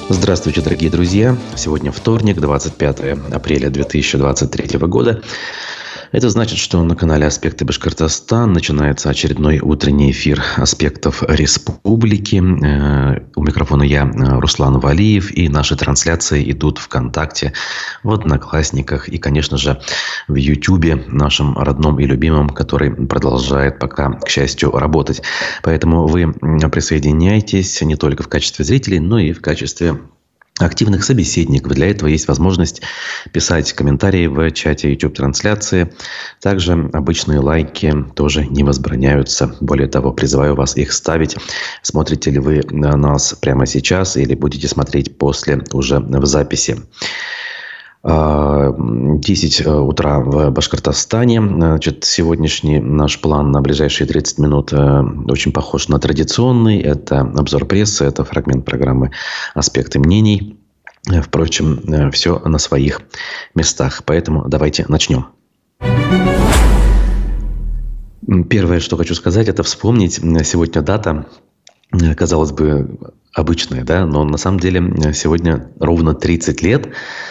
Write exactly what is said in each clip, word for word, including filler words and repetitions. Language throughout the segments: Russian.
Здравствуйте, дорогие друзья! Сегодня вторник, двадцать пятое апреля две тысячи двадцать третьего года. Это значит, что на канале «Аспекты Башкортостан» начинается очередной утренний эфир «Аспектов Республики». У микрофона я, Руслан Валиев, и наши трансляции идут ВКонтакте, в Одноклассниках и, конечно же, в Ютубе, нашем родном и любимом, который продолжает пока, к счастью, работать. Поэтому вы присоединяйтесь не только в качестве зрителей, но и в качестве активных собеседников. Для этого есть возможность писать комментарии в чате YouTube-трансляции. Также обычные лайки тоже не возбраняются. Более того, призываю вас их ставить. Смотрите ли вы нас прямо сейчас или будете смотреть после уже в записи. десять утра в Башкортостане. Значит, сегодняшний наш план на ближайшие тридцать минут очень похож на традиционный. Это обзор прессы, это фрагмент программы «Аспекты мнений». Впрочем, все на своих местах. Поэтому давайте начнем. Первое, что хочу сказать, это вспомнить. Сегодня дата, казалось бы, обычная, да, но на самом деле сегодня ровно тридцать лет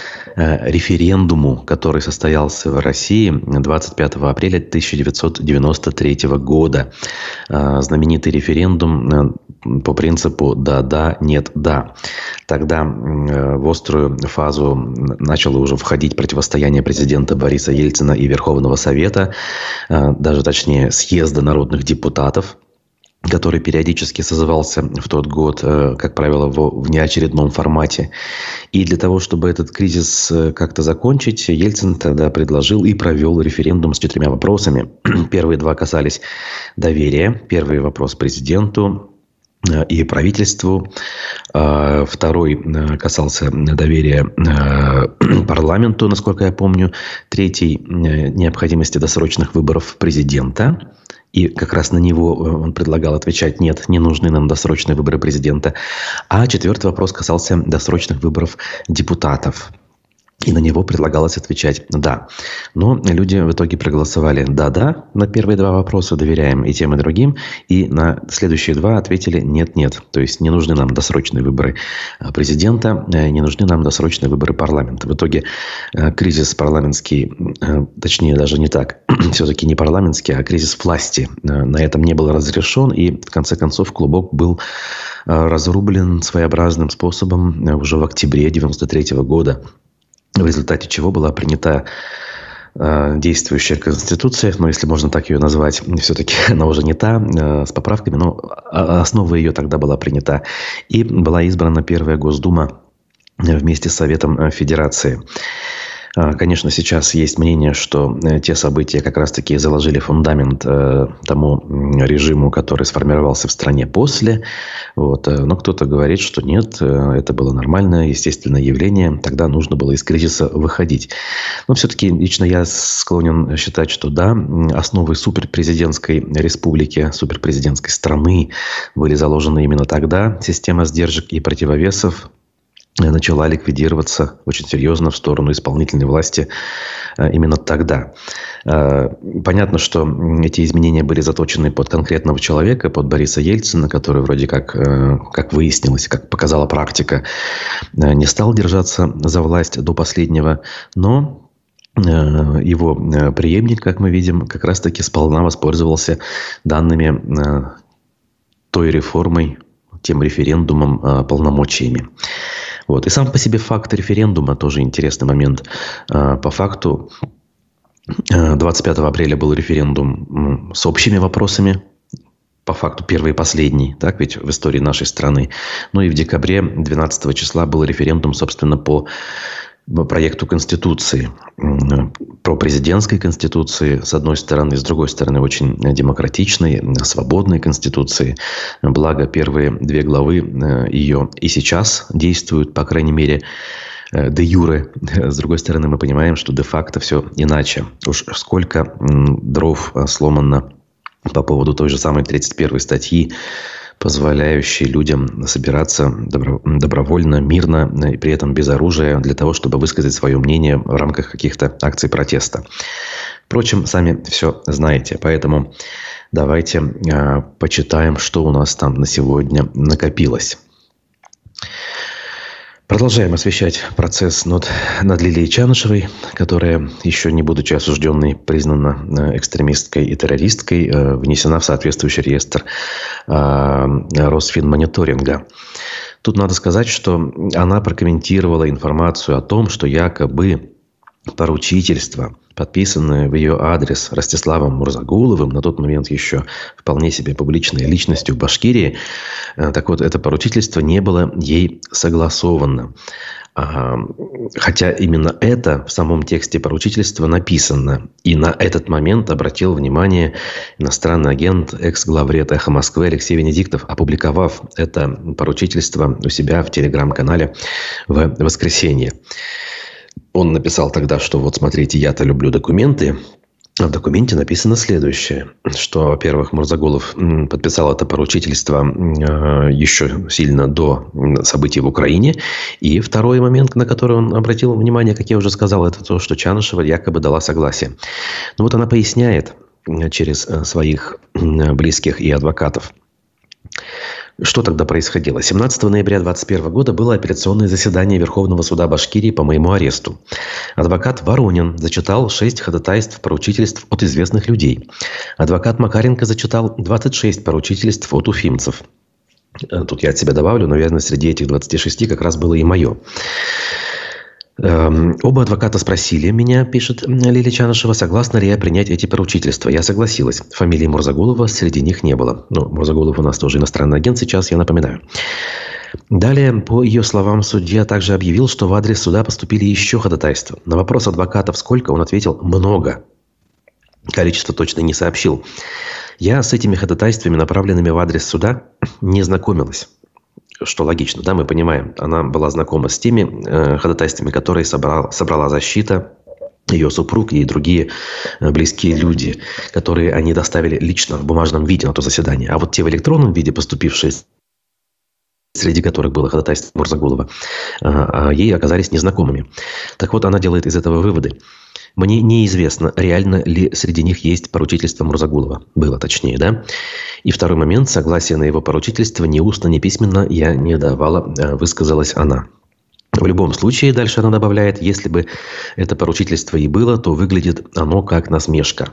референдуму, который состоялся в России двадцать пятого апреля тысяча девятьсот девяносто третьего года. Знаменитый референдум по принципу «да-да, нет-да». Тогда в острую фазу начало уже входить противостояние президента Бориса Ельцина и Верховного Совета, даже точнее съезда народных депутатов, который периодически созывался в тот год, как правило, в внеочередном формате. И для того, чтобы этот кризис как-то закончить, Ельцин тогда предложил и провел референдум с четырьмя вопросами. Первые два касались доверия. Первый вопрос президенту и правительству. Второй касался доверия парламенту, насколько я помню. Третий – необходимости досрочных выборов президента. И как раз на него он предлагал отвечать: нет, не нужны нам досрочные выборы президента. А четвертый вопрос касался досрочных выборов депутатов. И на него предлагалось отвечать «да». Но люди в итоге проголосовали «да-да» на первые два вопроса, доверяем и тем, и другим. И на следующие два ответили «нет-нет». То есть не нужны нам досрочные выборы президента, не нужны нам досрочные выборы парламента. В итоге кризис парламентский, точнее даже не так, все-таки не парламентский, а кризис власти на этом не был разрешен. И в конце концов клубок был разрублен своеобразным способом уже в октябре девяносто третьего года. В результате чего была принята э, действующая Конституция, ну, если можно так ее назвать, все-таки она уже не та, э, с поправками, но основа ее тогда была принята. И была избрана первая Госдума вместе с Советом Федерации. Конечно, сейчас есть мнение, что те события как раз-таки заложили фундамент тому режиму, который сформировался в стране после. Вот. Но кто-то говорит, что нет, это было нормальное, естественное явление. Тогда нужно было из кризиса выходить. Но все-таки лично я склонен считать, что да, основы суперпрезидентской республики, суперпрезидентской страны были заложены именно тогда. Система сдержек и противовесов начала ликвидироваться очень серьезно в сторону исполнительной власти именно тогда. Понятно, что эти изменения были заточены под конкретного человека, под Бориса Ельцина, который вроде как, как выяснилось, как показала практика, не стал держаться за власть до последнего, но его преемник, как мы видим, как раз-таки сполна воспользовался данными той реформой, тем референдумом, полномочиями. Вот. И сам по себе факт референдума тоже интересный момент. По факту двадцать пятого апреля был референдум с общими вопросами. По факту первый и последний, так ведь в истории нашей страны. Ну и в декабре двенадцатого числа был референдум, собственно, по проекту Конституции, про президентской Конституции, с одной стороны, с другой стороны, очень демократичной, свободной Конституции. Благо, первые две главы ее и сейчас действуют, по крайней мере, де юре. С другой стороны, мы понимаем, что де-факто все иначе. Уж сколько дров сломано по поводу той же самой тридцать первой статьи, позволяющий людям собираться добро, добровольно, мирно и при этом без оружия для того, чтобы высказать свое мнение в рамках каких-то акций протеста. Впрочем, сами все знаете, поэтому давайте э, почитаем, что у нас там на сегодня накопилось. Продолжаем освещать процесс над, над Лилией Чанышевой, которая, еще не будучи осужденной, признана экстремисткой и террористкой, внесена в соответствующий реестр Росфинмониторинга. Тут надо сказать, что она прокомментировала информацию о том, что якобы поручительство, подписанное в ее адрес Ростиславом Мурзагуловым, на тот момент еще вполне себе публичной личностью в Башкирии, так вот, это поручительство не было ей согласовано. Хотя именно это в самом тексте поручительства написано. И на этот момент обратил внимание иностранный агент, экс-главред «Эхо Москвы» Алексей Венедиктов, опубликовав это поручительство у себя в телеграм-канале в воскресенье. Он написал тогда, что вот смотрите, я-то люблю документы. В документе написано следующее, что, во-первых, Мурзагулов подписал это поручительство еще сильно до событий в Украине. И второй момент, на который он обратил внимание, как я уже сказал, это то, что Чанышева якобы дала согласие. Ну вот она поясняет через своих близких и адвокатов. Что тогда происходило? семнадцатого ноября две тысячи двадцать первого года было апелляционное заседание Верховного суда Башкирии по моему аресту. Адвокат Воронин зачитал шесть ходатайств поручительств от известных людей. Адвокат Макаренко зачитал двадцать шесть поручительств от уфимцев. Тут я от себя добавлю, наверное, среди этих двадцати шести как раз было и мое. Оба адвоката спросили меня, пишет Лилия Чанышева, согласна ли я принять эти поручительства. Я согласилась. Фамилии Мурзагулова среди них не было. Ну, Мурзагулов у нас тоже иностранный агент сейчас, я напоминаю. Далее, по ее словам, судья также объявил, что в адрес суда поступили еще ходатайства. На вопрос адвокатов сколько, он ответил много. Количество точно не сообщил. Я с этими ходатайствами, направленными в адрес суда, не знакомилась. Что логично, да, мы понимаем. Она была знакома с теми э, ходатайствами, которые собрала, собрала защита, ее супруг и другие э, близкие люди, которые они доставили лично в бумажном виде на то заседание. А вот те в электронном виде, поступившие, среди которых было ходатайство Мурзагулова, э, ей оказались незнакомыми. Так вот, она делает из этого выводы. Мне неизвестно, реально ли среди них есть поручительство Мурзагулова. Было точнее, да? И второй момент. Согласие на его поручительство ни устно, ни письменно я не давала, высказалась она. В любом случае, дальше она добавляет, если бы это поручительство и было, то выглядит оно как насмешка.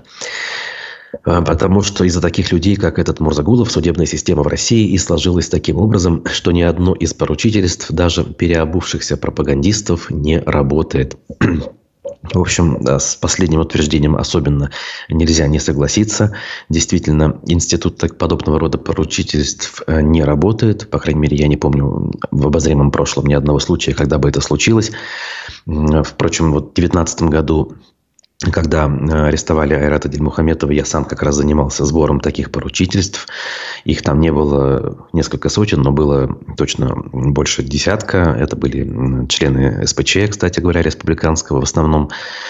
Потому что из-за таких людей, как этот Мурзагулов, судебная система в России и сложилась таким образом, что ни одно из поручительств, даже переобувшихся пропагандистов, не работает. В общем, да, с последним утверждением особенно нельзя не согласиться. Действительно, институт подобного рода поручительств не работает. По крайней мере, я не помню в обозримом прошлом ни одного случая, когда бы это случилось. Впрочем, вот в две тысячи девятнадцатом году, когда арестовали Айрата Дильмухаметова, я сам как раз занимался сбором таких поручительств. Их там не было несколько сотен, но было точно больше десятка. Это были члены эс пэ че, кстати говоря, республиканского в основном.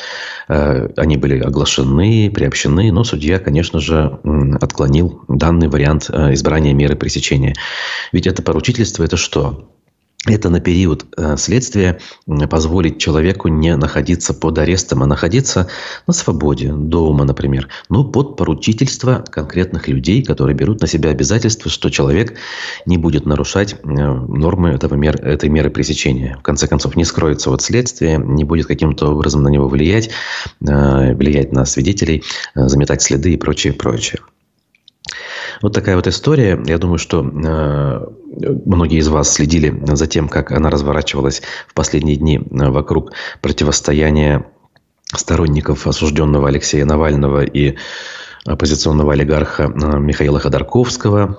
Они были оглашены, приобщены, но судья, конечно же, отклонил данный вариант избрания меры пресечения. Ведь это поручительство – это что? Это на период э, следствия позволить человеку не находиться под арестом, а находиться на свободе, дома, например. Но под поручительство конкретных людей, которые берут на себя обязательство, что человек не будет нарушать э, нормы этого мер, этой меры пресечения. В конце концов, не скроется от следствия, не будет каким-то образом на него влиять, э, влиять на свидетелей, э, заметать следы и прочее, прочее. Вот такая вот история. Я думаю, что э, многие из вас следили за тем, как она разворачивалась в последние дни вокруг противостояния сторонников осужденного Алексея Навального и оппозиционного олигарха Михаила Ходорковского.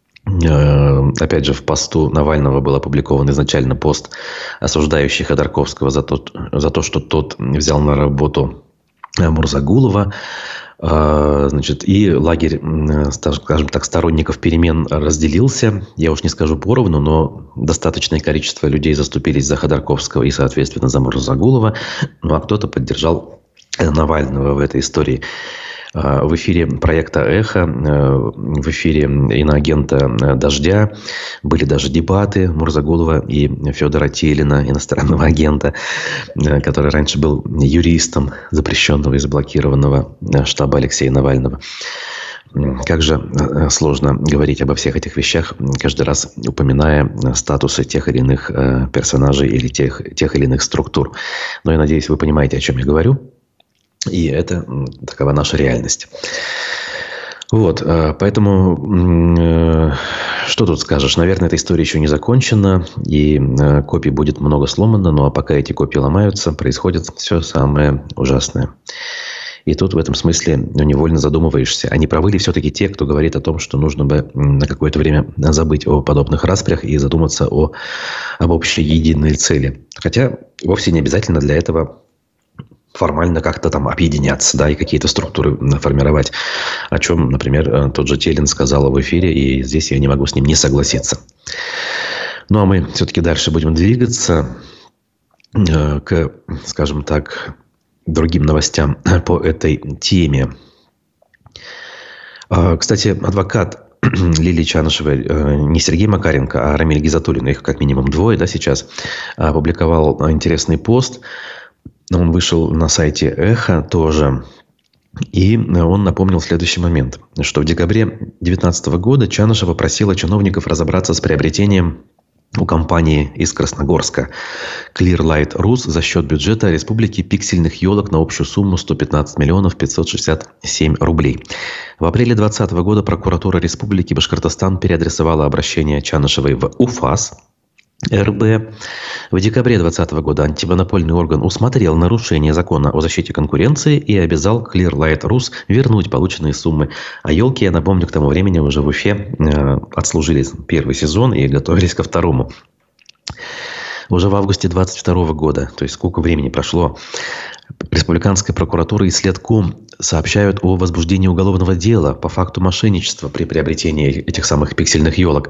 Э, опять же, в посту Навального был опубликован изначально пост, осуждающий Ходорковского за то, за то, что тот взял на работу Мурзагулова. Значит, и лагерь, скажем так, сторонников перемен разделился. Я уж не скажу поровну, но достаточное количество людей заступились за Ходорковского и, соответственно, за Мурзагулова. Ну, а кто-то поддержал Навального в этой истории. В эфире проекта «Эхо», в эфире иноагента «Дождя» были даже дебаты Мурзагулова и Федора Телина, иностранного агента, который раньше был юристом запрещенного и заблокированного штаба Алексея Навального. Как же сложно говорить обо всех этих вещах, каждый раз упоминая статусы тех или иных персонажей или тех, тех или иных структур. Но я надеюсь, вы понимаете, о чем я говорю. И это такова наша реальность. Вот, поэтому что тут скажешь? Наверное, эта история еще не закончена, и копий будет много сломано, ну а пока эти копии ломаются, происходит все самое ужасное. И тут в этом смысле ну, невольно задумываешься, а не правы ли все-таки те, кто говорит о том, что нужно бы на какое-то время забыть о подобных распрях и задуматься о, об общей единой цели. Хотя вовсе не обязательно для этого формально как-то там объединяться, да, и какие-то структуры формировать. О чем, например, тот же Телин сказал в эфире, и здесь я не могу с ним не согласиться. Ну, а мы все-таки дальше будем двигаться к, скажем так, другим новостям по этой теме. Кстати, адвокат Лилии Чанышевой, не Сергей Макаренко, а Рамиль Гизатуллин, их как минимум двое, да, сейчас, опубликовал интересный пост. Он вышел на сайте «Эхо» тоже. И он напомнил следующий момент, что в декабре две тысячи девятнадцатого года Чанышева просила чиновников разобраться с приобретением у компании из Красногорска Clearlight Rus за счет бюджета республики пиксельных елок на общую сумму сто пятнадцать миллионов пятьсот шестьдесят семь рублей. В апреле две тысячи двадцатого года прокуратура Республики Башкортостан переадресовала обращение Чанышевой в УФАС эр бэ. В декабре две тысячи двадцатого года антимонопольный орган усмотрел нарушение закона о защите конкуренции и обязал Clearlight Rus вернуть полученные суммы. А елки, я напомню, к тому времени уже в Уфе э, отслужили первый сезон и готовились ко второму. Уже в августе две тысячи двадцать второго года, то есть сколько времени прошло, Республиканская прокуратура и Следком сообщают о возбуждении уголовного дела по факту мошенничества при приобретении этих самых пиксельных елок.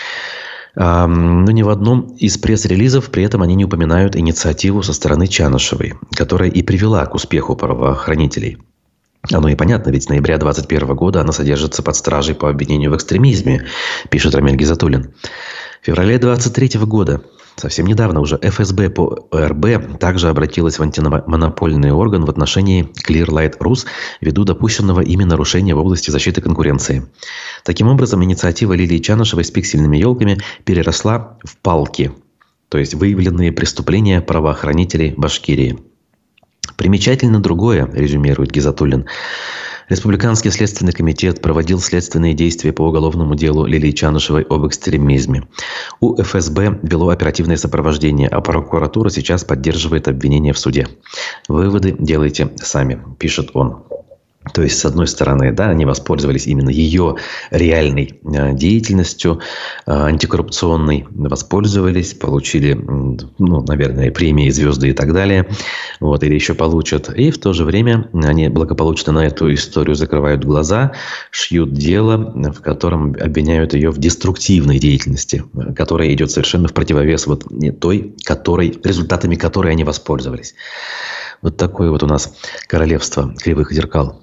Но ни в одном из пресс-релизов при этом они не упоминают инициативу со стороны Чанышевой, которая и привела к успеху правоохранителей. Оно и понятно, ведь с ноября две тысячи двадцать первого года она содержится под стражей по обвинению в экстремизме, пишет Рамиль Гизатуллин. В феврале две тысячи двадцать третьего года, совсем недавно уже, эф эс бэ по эр бэ также обратилась в антимонопольный орган в отношении Clearlight Rus ввиду допущенного ими нарушения в области защиты конкуренции. Таким образом, инициатива Лилии Чанышевой с пиксельными елками переросла в палки, то есть выявленные преступления правоохранителей Башкирии. Примечательно другое, резюмирует Гизатуллин. Республиканский следственный комитет проводил следственные действия по уголовному делу Лилии Чанышевой об экстремизме. У эф эс бэ вело оперативное сопровождение, а прокуратура сейчас поддерживает обвинение в суде. Выводы делайте сами, пишет он. То есть, с одной стороны, да, они воспользовались именно ее реальной э, деятельностью, э, антикоррупционной, воспользовались, получили, ну, наверное, премии, звезды и так далее, вот, или еще получат. И в то же время они благополучно на эту историю закрывают глаза, шьют дело, в котором обвиняют ее в деструктивной деятельности, которая идет совершенно в противовес вот той, которой, результатами которой они воспользовались. Вот такое вот у нас королевство кривых зеркал.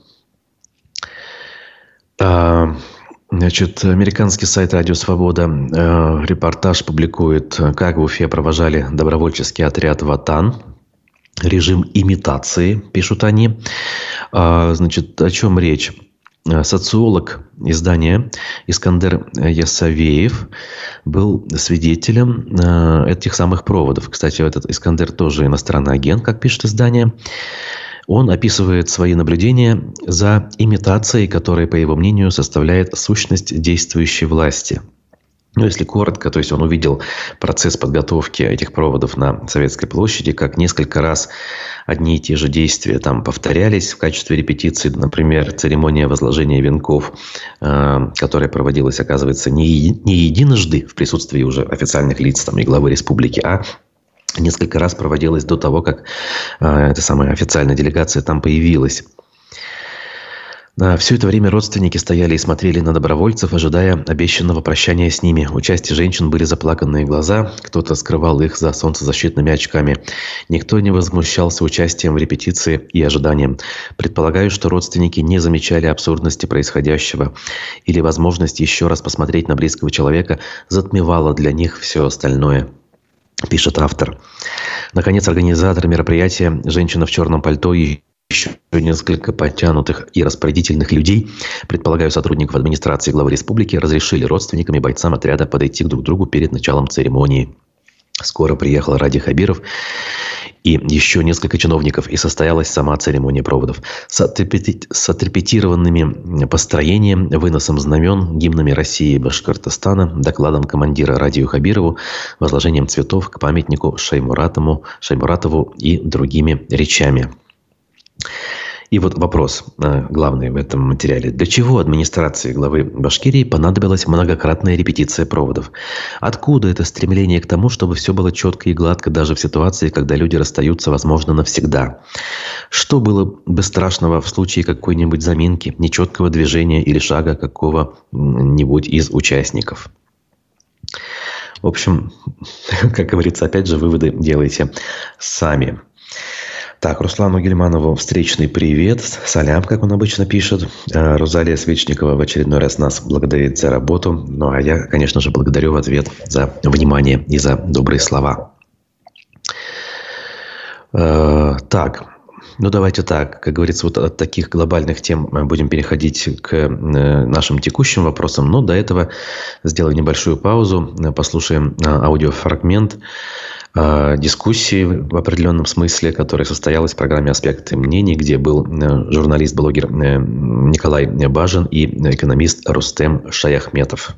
Значит, американский сайт «Радио Свобода» э, репортаж публикует, как в Уфе провожали добровольческий отряд «Ватан». Режим имитации, пишут они. А, значит, о чем речь? Социолог издания Искандер Ясавеев был свидетелем э, этих самых проводов. Кстати, этот Искандер тоже иностранный агент, как пишет издание. Он описывает свои наблюдения за имитацией, которая, по его мнению, составляет сущность действующей власти. Ну, если коротко, то есть он увидел процесс подготовки этих проводов на Советской площади, как несколько раз одни и те же действия там повторялись в качестве репетиции. Например, церемония возложения венков, э, которая проводилась, оказывается, не, не единожды в присутствии уже официальных лиц там, и главы республики, а несколько раз проводилась до того, как э, эта самая официальная делегация там появилась. А все это время родственники стояли и смотрели на добровольцев, ожидая обещанного прощания с ними. У части женщин были заплаканные глаза, кто-то скрывал их за солнцезащитными очками. Никто не возмущался участием в репетиции и ожиданием. Предполагаю, что родственники не замечали абсурдности происходящего, или возможность еще раз посмотреть на близкого человека затмевала для них все остальное, пишет автор. Наконец, организатор мероприятия, женщина в черном пальто и еще несколько подтянутых и распорядительных людей, предполагаю, сотрудников администрации главы республики, разрешили родственникам и бойцам отряда подойти друг к другу перед началом церемонии. Скоро приехал Ради Хабиров и еще несколько чиновников, и состоялась сама церемония проводов. С отрепетированными построением, выносом знамен, гимнами России и Башкортостана, докладом командира Радию Хабирову, возложением цветов к памятнику Шаймуратову, Шаймуратову и другими речами. И вот вопрос главный в этом материале. Для чего администрации главы Башкирии понадобилась многократная репетиция проводов? Откуда это стремление к тому, чтобы все было четко и гладко, даже в ситуации, когда люди расстаются, возможно, навсегда? Что было бы страшного в случае какой-нибудь заминки, нечеткого движения или шага какого-нибудь из участников? В общем, как говорится, опять же, выводы делайте сами. Так, Руслану Гельманову встречный привет. Салям, как он обычно пишет. Розалия Свечникова в очередной раз нас благодарит за работу. Ну, а я, конечно же, благодарю в ответ за внимание и за добрые слова. Так, ну давайте так. Как говорится, вот от таких глобальных тем будем переходить к нашим текущим вопросам. Но до этого сделаю небольшую паузу. Послушаем аудиофрагмент дискуссии в определенном смысле, которая состоялась в программе «Аспекты мнений», где был журналист-блогер Николай Бажин и экономист Рустем Шаяхметов.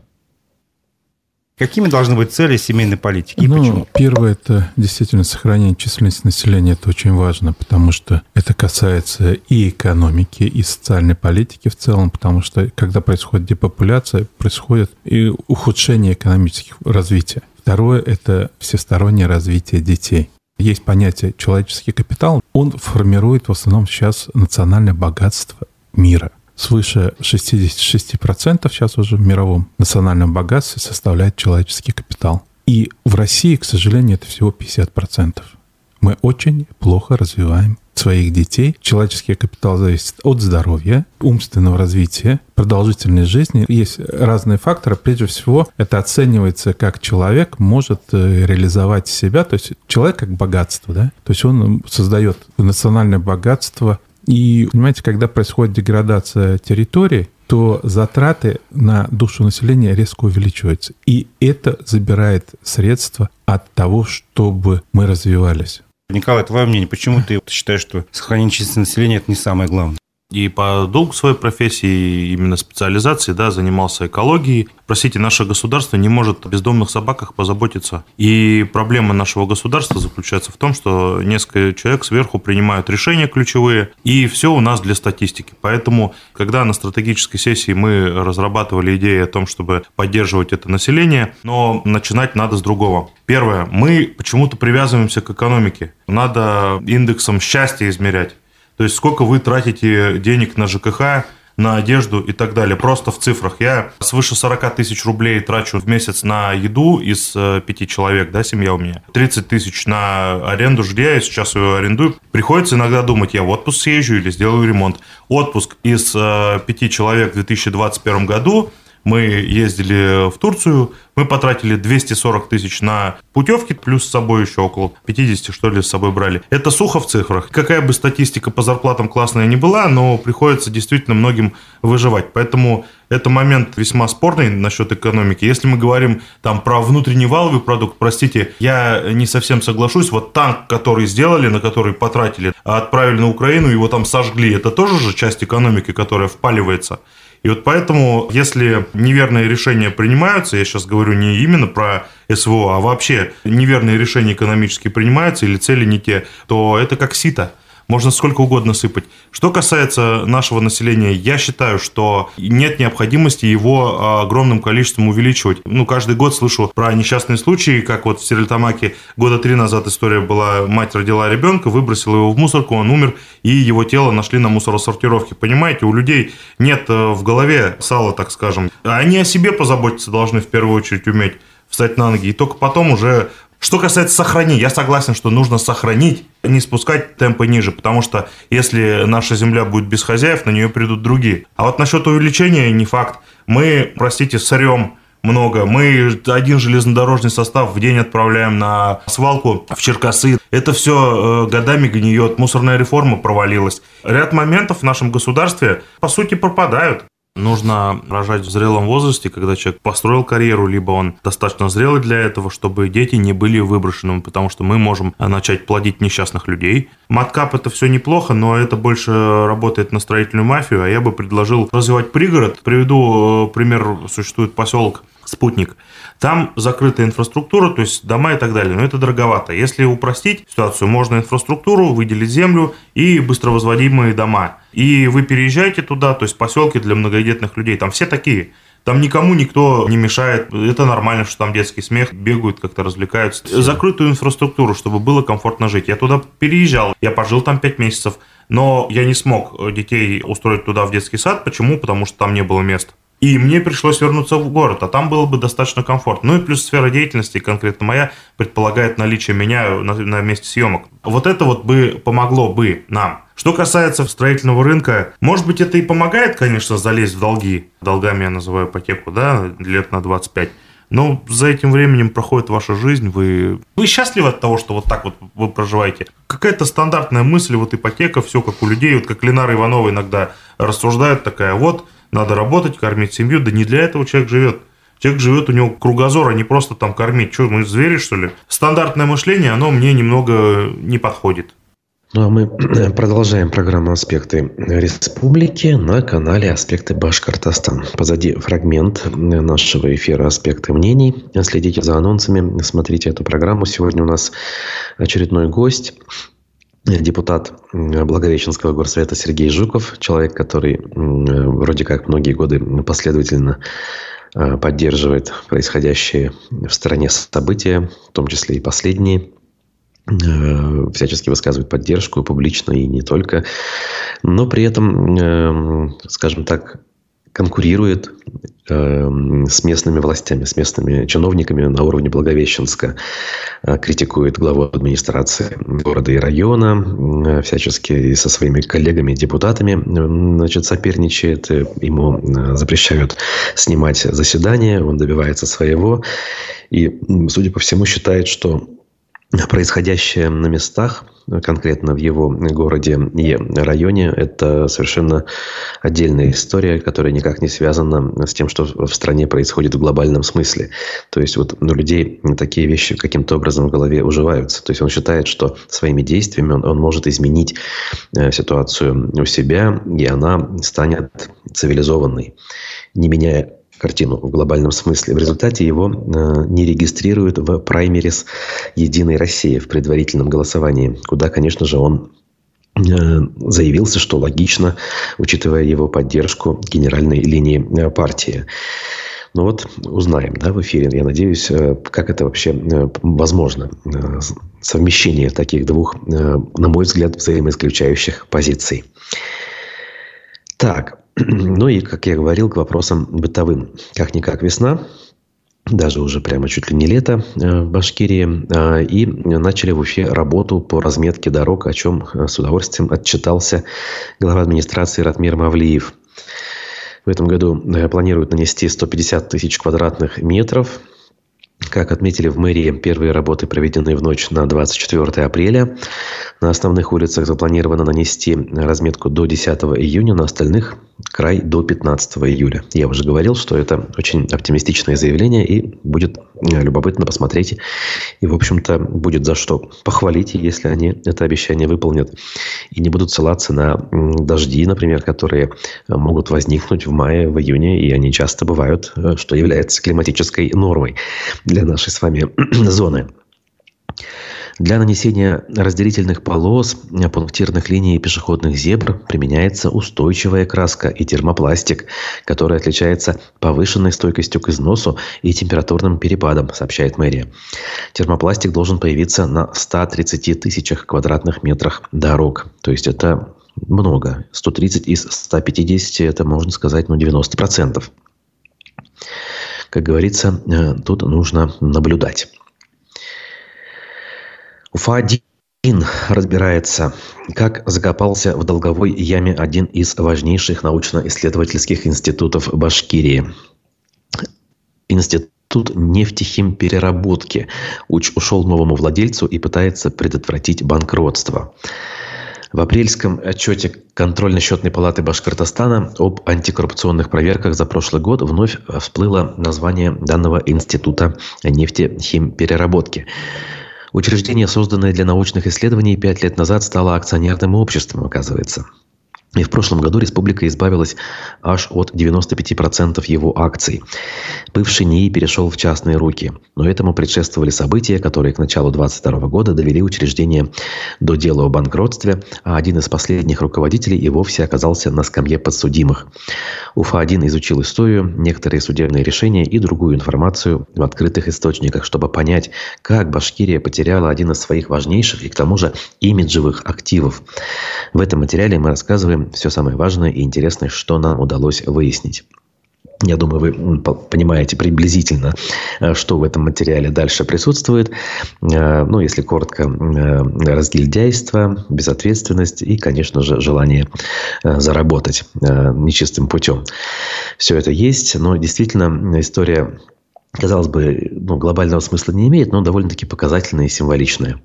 Какими должны быть цели семейной политики и ну, почему? Первое – это действительно сохранение численности населения. Это очень важно, потому что это касается и экономики, и социальной политики в целом, потому что когда происходит депопуляция, происходит и ухудшение экономических развития. Второе – это всестороннее развитие детей. Есть понятие «человеческий капитал». Он формирует в основном сейчас национальное богатство мира. Свыше шестьдесят шесть процентов сейчас уже в мировом национальном богатстве составляет человеческий капитал. И в России, к сожалению, это всего пятьдесят процентов. Мы очень плохо развиваем своих детей. Человеческий капитал зависит от здоровья, умственного развития, продолжительной жизни. Есть разные факторы. Прежде всего, это оценивается, как человек может реализовать себя. То есть человек как богатство, да? То есть он создает национальное богатство. И, понимаете, когда происходит деградация территории, то затраты на душу населения резко увеличиваются. И это забирает средства от того, чтобы мы развивались. Николай, твое мнение, почему ты считаешь, что сохранение численности населения – это не самое главное? И по долгу своей профессии, именно специализации, да, занимался экологией. Простите, наше государство не может о бездомных собаках позаботиться. И проблема нашего государства заключается в том, что несколько человек сверху принимают решения ключевые, и все у нас для статистики. Поэтому, когда на стратегической сессии мы разрабатывали идеи о том, чтобы поддерживать это население, но начинать надо с другого. Первое, мы почему-то привязываемся к экономике. Надо индексом счастья измерять. То есть, сколько вы тратите денег на ЖКХ, на одежду и так далее. Просто в цифрах. Я свыше сорок тысяч рублей трачу в месяц на еду из пяти человек, да, семья у меня. тридцать тысяч на аренду жилья, я сейчас ее арендую. Приходится иногда думать, я в отпуск съезжу или сделаю ремонт. Отпуск из пяти человек в две тысячи двадцать первом году. Мы ездили в Турцию, мы потратили двести сорок тысяч на путевки, плюс с собой еще около пятьдесят, что ли, с собой брали. Это сухо в цифрах. Какая бы статистика по зарплатам классная ни была, но приходится действительно многим выживать. Поэтому это момент весьма спорный насчет экономики. Если мы говорим там про внутренний валовый продукт, простите, я не совсем соглашусь. Вот танк, который сделали, на который потратили, отправили на Украину, его там сожгли, это тоже же часть экономики, которая впаливается. И вот поэтому, если неверные решения принимаются, я сейчас говорю не именно про СВО, а вообще неверные решения экономические принимаются или цели не те, то это как сито. Можно сколько угодно сыпать. Что касается нашего населения, я считаю, что нет необходимости его огромным количеством увеличивать. Ну, каждый год слышу про несчастные случаи, как вот в Стерлитамаке года три назад история была, мать родила ребенка, выбросила его в мусорку, он умер, и его тело нашли на мусоросортировке. Понимаете, у людей нет в голове сала, так скажем. Они о себе позаботиться должны в первую очередь уметь, встать на ноги, и только потом уже... Что касается сохранения, я согласен, что нужно сохранить, не спускать темпы ниже, потому что если наша земля будет без хозяев, на нее придут другие. А вот насчет увеличения не факт. Мы, простите, сырьем много. Мы один железнодорожный состав в день отправляем на свалку в Черкасы. Это все годами гниет. Мусорная реформа провалилась. Ряд моментов в нашем государстве, по сути, пропадают. Нужно рожать в зрелом возрасте, когда человек построил карьеру, либо он достаточно зрелый для этого, чтобы дети не были выброшенными, потому что мы можем начать плодить несчастных людей. Маткап – это все неплохо, но это больше работает на строительную мафию, а я бы предложил развивать пригород. Приведу пример, существует поселок Спутник. Там закрытая инфраструктура, то есть дома и так далее, но это дороговато. Если упростить ситуацию, можно инфраструктуру, выделить землю и быстровозводимые дома. И вы переезжаете туда, то есть поселки для многодетных людей, там все такие. Там никому никто не мешает, это нормально, что там детский смех, бегают, как-то развлекаются. Закрытую инфраструктуру, чтобы было комфортно жить. Я туда переезжал, я пожил там пять месяцев, но я не смог детей устроить туда в детский сад. Почему? Потому что там не было места. И мне пришлось вернуться в город, а там было бы достаточно комфортно. Ну и плюс сфера деятельности, конкретно моя, предполагает наличие меня на, на месте съемок. Вот это вот бы помогло бы нам. Что касается строительного рынка, может быть, это и помогает, конечно, залезть в долги. Долгами я называю ипотеку, да, лет на двадцать пять. Но за этим временем проходит ваша жизнь, вы, вы счастливы от того, что вот так вот вы проживаете. Какая-то стандартная мысль, вот ипотека, все как у людей, вот как Ленара Иванова иногда рассуждает, такая вот, надо работать, кормить семью, да не для этого человек живет. Человек живет, у него кругозор, а не просто там кормить. Что, мы звери, что ли? Стандартное мышление, оно мне немного не подходит. Ну, а мы продолжаем программу «Аспекты республики» на канале «Аспекты Башкортостан». Позади фрагмент нашего эфира «Аспекты мнений». Следите за анонсами, смотрите эту программу. Сегодня у нас очередной гость. Депутат Благовещенского горсовета Сергей Жуков, человек, который вроде как многие годы последовательно поддерживает происходящие в стране события, в том числе и последние, всячески высказывает поддержку публично и не только, но при этом, скажем так, конкурирует с местными властями, с местными чиновниками на уровне Благовещенска, критикует главу администрации города и района, всячески и со своими коллегами, депутатами, значит, соперничает, ему запрещают снимать заседания, он добивается своего и, судя по всему, считает, что происходящее на местах, конкретно в его городе и районе, это совершенно отдельная история, которая никак не связана с тем, что в стране происходит в глобальном смысле. То есть вот у людей такие вещи каким-то образом в голове уживаются. То есть он считает, что своими действиями он, он может изменить ситуацию у себя, и она станет цивилизованной, не меняя картину в глобальном смысле. В результате его э, не регистрируют в праймерис «Единой России» в предварительном голосовании, куда, конечно же, он э, заявился, что логично, учитывая его поддержку генеральной линии партии. Ну вот узнаем, да, в эфире, я надеюсь, э, как это вообще э, возможно, э, совмещение таких двух, э, на мой взгляд, взаимоисключающих позиций. Так. Ну и, как я говорил, к вопросам бытовым. Как-никак весна, даже уже прямо чуть ли не лето в Башкирии. И начали в Уфе работу по разметке дорог, о чем с удовольствием отчитался глава администрации Ратмир Мавлиев. В этом году планируют нанести сто пятьдесят тысяч квадратных метров. Как отметили в мэрии, первые работы проведены в ночь на двадцать четвёртое апреля. На основных улицах запланировано нанести разметку до десятого июня, на остальных край до пятнадцатого июля. Я уже говорил, что это очень оптимистичное заявление, и будет любопытно посмотреть. И, в общем-то, будет за что похвалить, если они это обещание выполнят. И не будут ссылаться на дожди, например, которые могут возникнуть в мае, в июне, и они часто бывают, что является климатической нормой для нашей с вами зоны. Для нанесения разделительных полос, пунктирных линий и пешеходных зебр применяется устойчивая краска и термопластик, который отличается повышенной стойкостью к износу и температурным перепадам, сообщает мэрия. Термопластик должен появиться на ста тридцати тысячах квадратных метрах дорог. То есть это много. сто тридцать из ста пятидесяти, это, можно сказать, ну, девяносто процентов. Как говорится, тут нужно наблюдать. Уфа-один разбирается, как закопался в долговой яме один из важнейших научно-исследовательских институтов Башкирии. Институт нефтехимпереработки ушел новому владельцу и пытается предотвратить банкротство. В апрельском отчете Контрольно-счетной палаты Башкортостана об антикоррупционных проверках за прошлый год вновь всплыло название данного института нефтехимпереработки. Учреждение, созданное для научных исследований, пять лет назад стало акционерным обществом, оказывается. И в прошлом году республика избавилась аж от девяноста пяти процентов его акций. Бывший НИИ перешел в частные руки. Но этому предшествовали события, которые к началу двадцать второго года довели учреждение до дела о банкротстве, а один из последних руководителей и вовсе оказался на скамье подсудимых. Уфа один изучил историю, некоторые судебные решения и другую информацию в открытых источниках, чтобы понять, как Башкирия потеряла один из своих важнейших и к тому же имиджевых активов. В этом материале мы рассказываем все самое важное и интересное, что нам удалось выяснить. Я думаю, вы понимаете приблизительно, что в этом материале дальше присутствует. Ну, если коротко, разгильдяйство, безответственность и, конечно же, желание заработать нечистым путем. Все это есть, но действительно история, казалось бы, ну, глобального смысла не имеет, но довольно-таки показательная и символичная.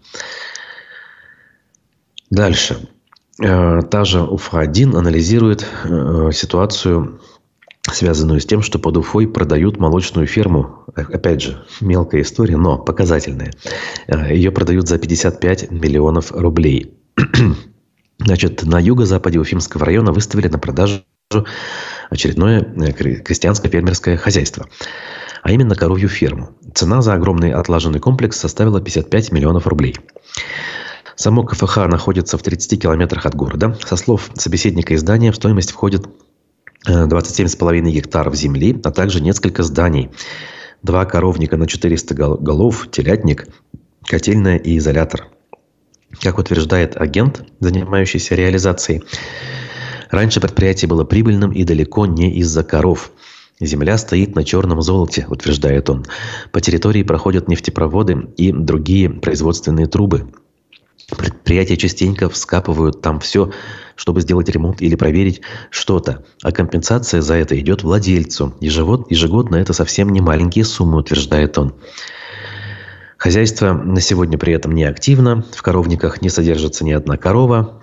Дальше. Та же Уфа один анализирует ситуацию, связанную с тем, что под Уфой продают молочную ферму. Опять же, мелкая история, но показательная. Ее продают за пятьдесят пять миллионов рублей. Значит, на юго-западе Уфимского района выставили на продажу очередное крестьянское фермерское хозяйство. А именно коровью ферму. Цена за огромный отлаженный комплекс составила пятьдесят пять миллионов рублей. Само КФХ находится в тридцати километрах от города. Со слов собеседника издания, в стоимость входит двадцать семь с половиной гектаров земли, а также несколько зданий. Два коровника на четыреста голов, телятник, котельная и изолятор. Как утверждает агент, занимающийся реализацией, раньше предприятие было прибыльным и далеко не из-за коров. Земля стоит на черном золоте, утверждает он. По территории проходят нефтепроводы и другие производственные трубы. Предприятия частенько вскапывают там все, чтобы сделать ремонт или проверить что-то. А компенсация за это идет владельцу. Ежегодно это совсем не маленькие суммы, утверждает он. Хозяйство на сегодня при этом не активно. В коровниках не содержится ни одна корова.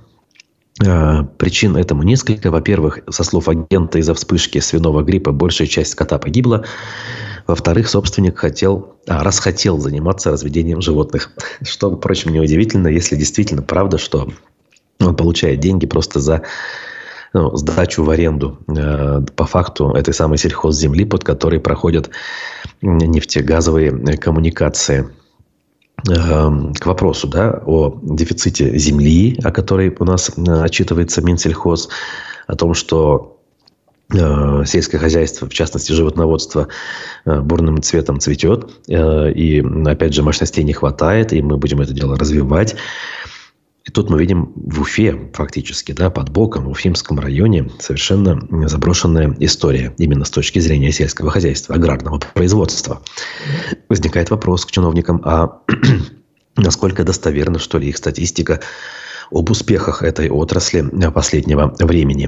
Причин этому несколько. Во-первых, со слов агента, из-за вспышки свиного гриппа большая часть скота погибла. Во-вторых, собственник хотел, а, расхотел заниматься разведением животных. Что, впрочем, неудивительно, если действительно правда, что он получает деньги просто за ну, сдачу в аренду э, по факту этой самой сельхозземли, под которой проходят нефтегазовые коммуникации. Э, к вопросу да, о дефиците земли, о которой у нас отчитывается Минсельхоз, о том, что сельское хозяйство, в частности животноводство, бурным цветом цветет. И, опять же, мощностей не хватает, и мы будем это дело развивать. И тут мы видим в Уфе фактически, да, под боком, в Уфимском районе совершенно заброшенная история. Именно с точки зрения сельского хозяйства, аграрного производства. Возникает вопрос к чиновникам, а насколько достоверна, что ли, их статистика об успехах этой отрасли последнего времени.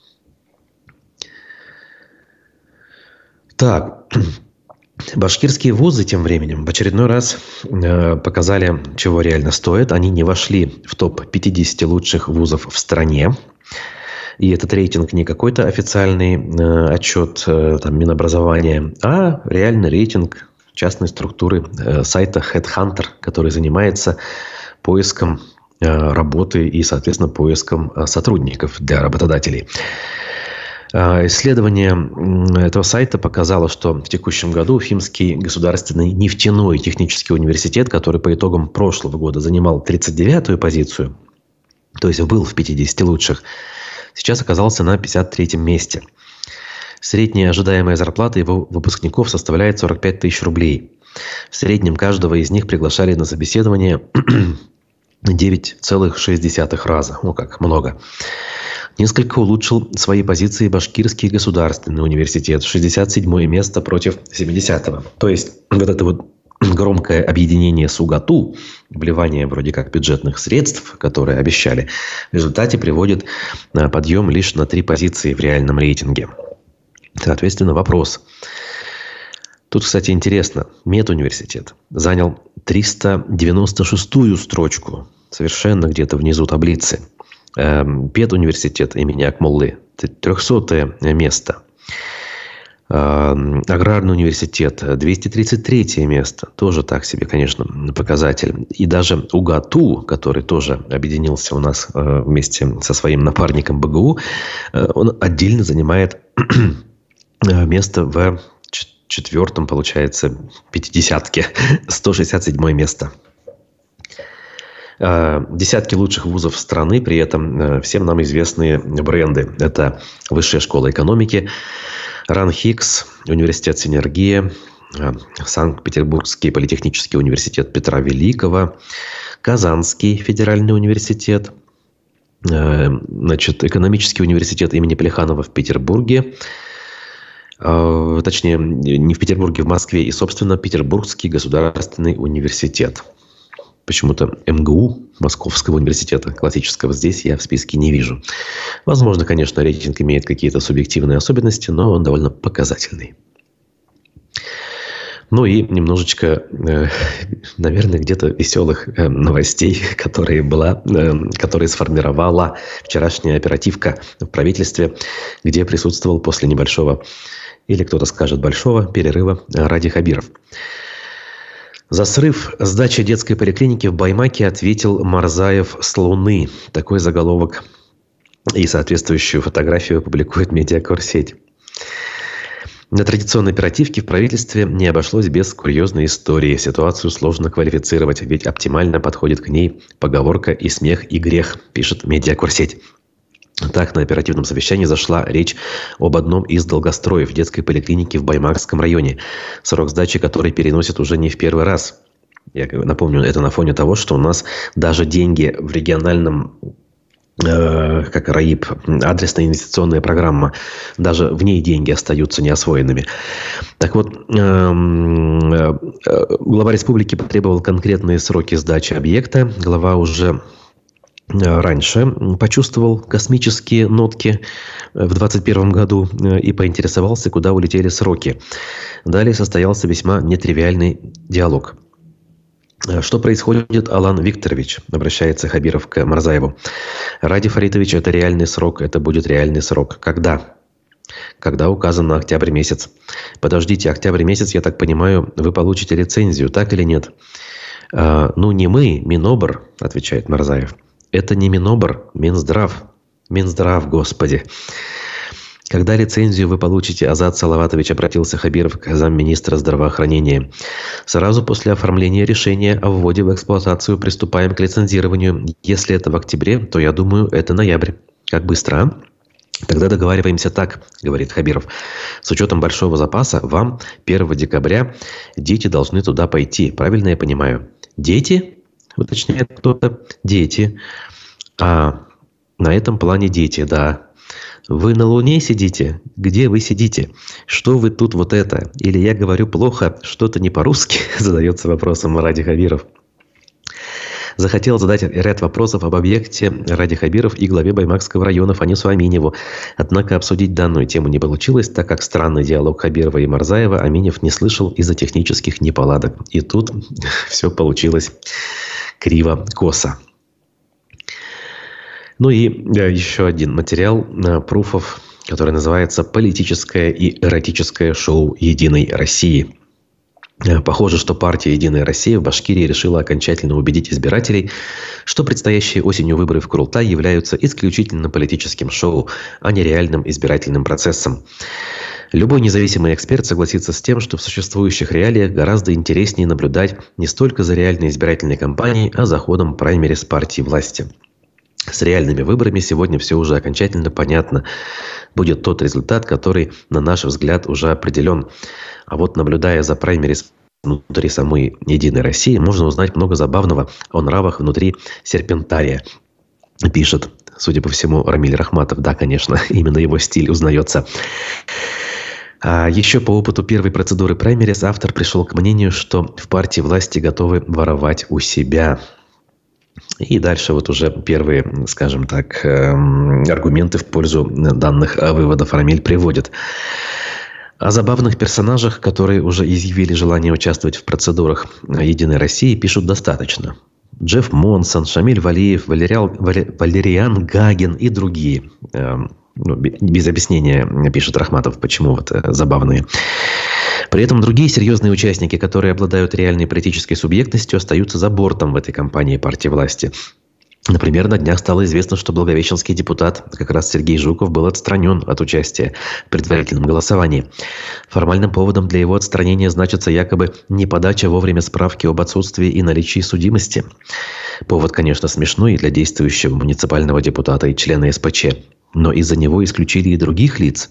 Так, башкирские вузы тем временем в очередной раз э, показали, чего реально стоит. Они не вошли в топ пятьдесят лучших вузов в стране. И этот рейтинг не какой-то официальный э, отчет э, там, Минобразования, а реальный рейтинг частной структуры э, сайта HeadHunter, который занимается поиском э, работы и, соответственно, поиском э, сотрудников для работодателей. Исследование этого сайта показало, что в текущем году Уфимский государственный нефтяной технический университет, который по итогам прошлого года занимал тридцать девятую позицию, то есть был в пятидесяти лучших, сейчас оказался на пятьдесят третьем месте. Средняя ожидаемая зарплата его выпускников составляет сорок пять тысяч рублей. В среднем каждого из них приглашали на собеседование девять целых шесть десятых раза. Ну как, много. Несколько улучшил свои позиции Башкирский государственный университет. шестьдесят седьмое место против семидесятого. То есть, вот это вот громкое объединение СУГАТУ, вливание вроде как бюджетных средств, которые обещали, в результате приводит на подъем лишь на три позиции в реальном рейтинге. Соответственно, вопрос. Тут, кстати, интересно. Медуниверситет занял триста девяносто шестую строчку, совершенно где-то внизу таблицы. Педуниверситет имени Акмоллы – трехсотое место. Аграрный университет – двести тридцать третье место. Тоже так себе, конечно, показатель. И даже УГАТУ, который тоже объединился у нас вместе со своим напарником БГУ, он отдельно занимает место в четвертом, получается, пятидесятке. сто шестьдесят седьмое место. Десятки лучших вузов страны, при этом всем нам известные бренды. Это Высшая школа экономики, РАН-ХИКС, университет Синергия, Санкт-Петербургский политехнический университет Петра Великого, Казанский федеральный университет, значит, экономический университет имени Плеханова в Петербурге, точнее, не в Петербурге, в Москве, и, собственно, Петербургский государственный университет. Почему-то МГУ, Московского университета классического, здесь я в списке не вижу. Возможно, конечно, рейтинг имеет какие-то субъективные особенности, но он довольно показательный. Ну и немножечко, наверное, где-то веселых новостей, которые, была, которые сформировала вчерашняя оперативка в правительстве, где присутствовал после небольшого, или кто-то скажет большого, перерыва Ради Хабиров. За срыв сдачи детской поликлиники в Баймаке ответил Марзаев с Луны. Такой заголовок и соответствующую фотографию публикует медиакорсеть. На традиционной оперативке в правительстве не обошлось без курьезной истории. Ситуацию сложно квалифицировать, ведь оптимально подходит к ней поговорка «и смех, и грех», пишет медиакорсеть. Так, на оперативном совещании зашла речь об одном из долгостроев детской поликлиники в Баймакском районе, срок сдачи которой переносят уже не в первый раз. Я напомню, это на фоне того, что у нас даже деньги в региональном, э, как РАИП, адресная инвестиционная программа, даже в ней деньги остаются неосвоенными. Так вот, э, э, глава республики потребовал конкретные сроки сдачи объекта. Глава уже раньше почувствовал космические нотки в двадцать первом году и поинтересовался, куда улетели сроки. Далее состоялся весьма нетривиальный диалог. «Что происходит, Алан Викторович?» – обращается Хабиров к Марзаеву. «Ради Фаритович, это реальный срок, это будет реальный срок. Когда?» «Когда указан на октябрь месяц». «Подождите, октябрь месяц, я так понимаю, вы получите лицензию, так или нет?» а, «Ну, не мы, Минобр», – отвечает Марзаев. «Это не Минобр, Минздрав». Минздрав, господи. «Когда лицензию вы получите, Азат Салаватович», обратился Хабиров к замминистра здравоохранения. «Сразу после оформления решения о вводе в эксплуатацию приступаем к лицензированию. Если это в октябре, то, я думаю, это ноябрь. Как быстро, а?» «Тогда договариваемся так», — говорит Хабиров. «С учетом большого запаса вам первого декабря дети должны туда пойти. Правильно я понимаю?» «Дети?» — уточняет кто-то. «Дети. А на этом плане дети, да. Вы на Луне сидите? Где вы сидите? Что вы тут вот это? Или я говорю плохо, что-то не по-русски?» задается вопросом Ради Хабиров. Захотел задать ряд вопросов об объекте Ради Хабиров и главе Баймакского района Фанису Аминеву. Однако обсудить данную тему не получилось, так как странный диалог Хабирова и Марзаева Аминев не слышал из-за технических неполадок. И тут все получилось криво-косо. Ну и еще один материал пруфов, который называется «Политическое и эротическое шоу Единой России». Похоже, что партия «Единая Россия» в Башкирии решила окончательно убедить избирателей, что предстоящие осенью выборы в Курултай являются исключительно политическим шоу, а не реальным избирательным процессом. Любой независимый эксперт согласится с тем, что в существующих реалиях гораздо интереснее наблюдать не столько за реальной избирательной кампанией, а за ходом праймериз партии власти. С реальными выборами сегодня все уже окончательно понятно. Будет тот результат, который, на наш взгляд, уже определен. А вот наблюдая за праймериз внутри самой «Единой России», можно узнать много забавного о нравах внутри серпентария. Пишет, судя по всему, Рамиль Рахматов. Да, конечно, именно его стиль узнается. А еще по опыту первой процедуры праймериз автор пришел к мнению, что в партии власти готовы воровать у себя. И дальше вот уже первые, скажем так, аргументы в пользу данных выводов Рамиль приводит. О забавных персонажах, которые уже изъявили желание участвовать в процедурах «Единой России», пишут достаточно. Джефф Монсон, Шамиль Валиев, Валериал, Валериан Гагин и другие. Ну, без объяснения пишет Рахматов, почему вот забавные. При этом другие серьезные участники, которые обладают реальной политической субъектностью, остаются за бортом в этой кампании партии власти. Например, на днях стало известно, что благовещенский депутат, как раз Сергей Жуков, был отстранен от участия в предварительном голосовании. Формальным поводом для его отстранения значится якобы неподача вовремя справки об отсутствии и наличии судимости. Повод, конечно, смешной и для действующего муниципального депутата и члена эс пэ че, но из-за него исключили и других лиц.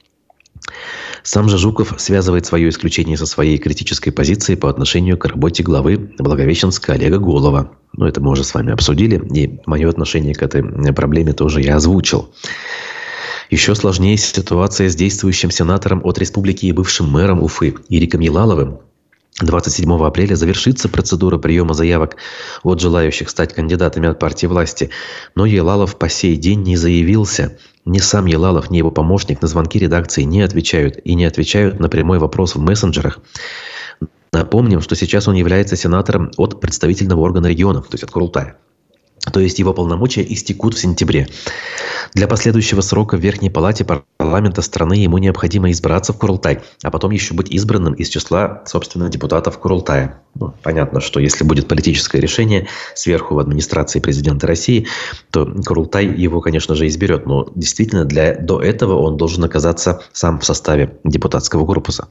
Сам же Жуков связывает свое исключение со своей критической позицией по отношению к работе главы Благовещенска Олега Голова. Ну, это мы уже с вами обсудили, и мое отношение к этой проблеме тоже я озвучил. Еще сложнее ситуация с действующим сенатором от республики и бывшим мэром Уфы Ириком Елаловым. двадцать седьмого апреля завершится процедура приема заявок от желающих стать кандидатами от партии власти. Но Елалов по сей день не заявился. Ни сам Елалов, ни его помощник на звонки редакции не отвечают и не отвечают на прямой вопрос в мессенджерах. Напомним, что сейчас он является сенатором от представительного органа региона, то есть от Курултая. То есть его полномочия истекут в сентябре. Для последующего срока в Верхней Палате парламента страны ему необходимо избраться в Курултай, а потом еще быть избранным из числа, собственно, депутатов Курултая. Ну, понятно, что если будет политическое решение сверху в администрации президента России, то Курултай его, конечно же, изберет. Но действительно, для, до этого он должен оказаться сам в составе депутатского корпуса.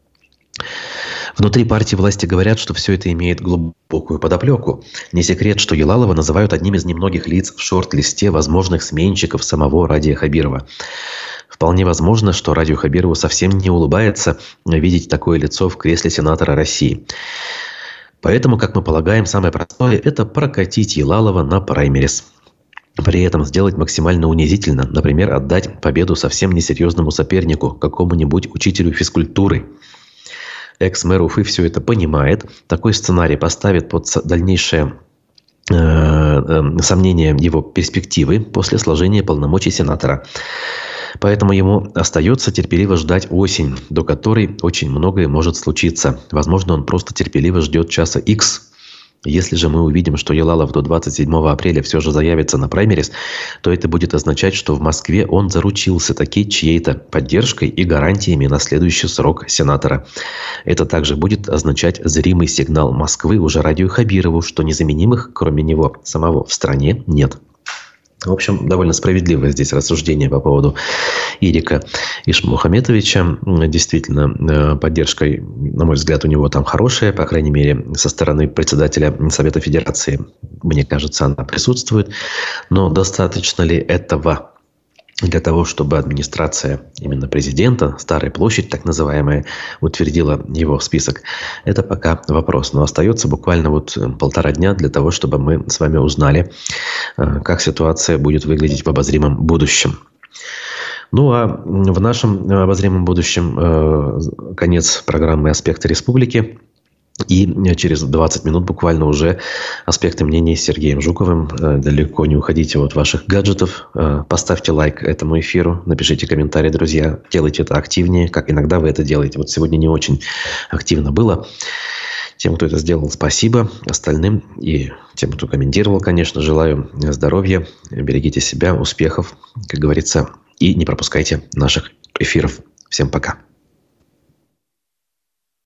Внутри партии власти говорят, что все это имеет глубокую подоплеку. Не секрет, что Елалова называют одним из немногих лиц в шорт-листе возможных сменщиков самого Радия Хабирова. Вполне возможно, что Радию Хабирову совсем не улыбается видеть такое лицо в кресле сенатора России. Поэтому, как мы полагаем, самое простое – это прокатить Елалова на праймерис. При этом сделать максимально унизительно, например, отдать победу совсем несерьезному сопернику, какому-нибудь учителю физкультуры. Экс-мэр Уфы все это понимает. Такой сценарий поставит под дальнейшее э, э, сомнение его перспективы после сложения полномочий сенатора. Поэтому ему остается терпеливо ждать осень, до которой очень многое может случиться. Возможно, он просто терпеливо ждет часа Икс. Если же мы увидим, что Елалов до двадцать седьмого апреля все же заявится на праймерис, то это будет означать, что в Москве он заручился таки чьей-то поддержкой и гарантиями на следующий срок сенатора. Это также будет означать зримый сигнал Москвы уже Радию Хабирову, что незаменимых, кроме него самого, в стране нет. В общем, довольно справедливое здесь рассуждение по поводу Ирика Ишмухаметовича. Действительно, поддержка, на мой взгляд, у него там хорошая, по крайней мере, со стороны председателя Совета Федерации. Мне кажется, она присутствует. Но достаточно ли этого для того, чтобы администрация именно президента, Старая площадь, так называемая, утвердила его в список? Это пока вопрос. Но остается буквально вот полтора дня для того, чтобы мы с вами узнали, как ситуация будет выглядеть в обозримом будущем. Ну а в нашем обозримом будущем конец программы «Аспекты республики». И через двадцать минут буквально уже аспекты мнений с Сергеем Жуковым. Далеко не уходите от ваших гаджетов. Поставьте лайк этому эфиру, напишите комментарий, друзья. Делайте это активнее, как иногда вы это делаете. Вот сегодня не очень активно было. Тем, кто это сделал, спасибо. Остальным и тем, кто комментировал, конечно, желаю здоровья. Берегите себя, успехов, как говорится. И не пропускайте наших эфиров. Всем пока.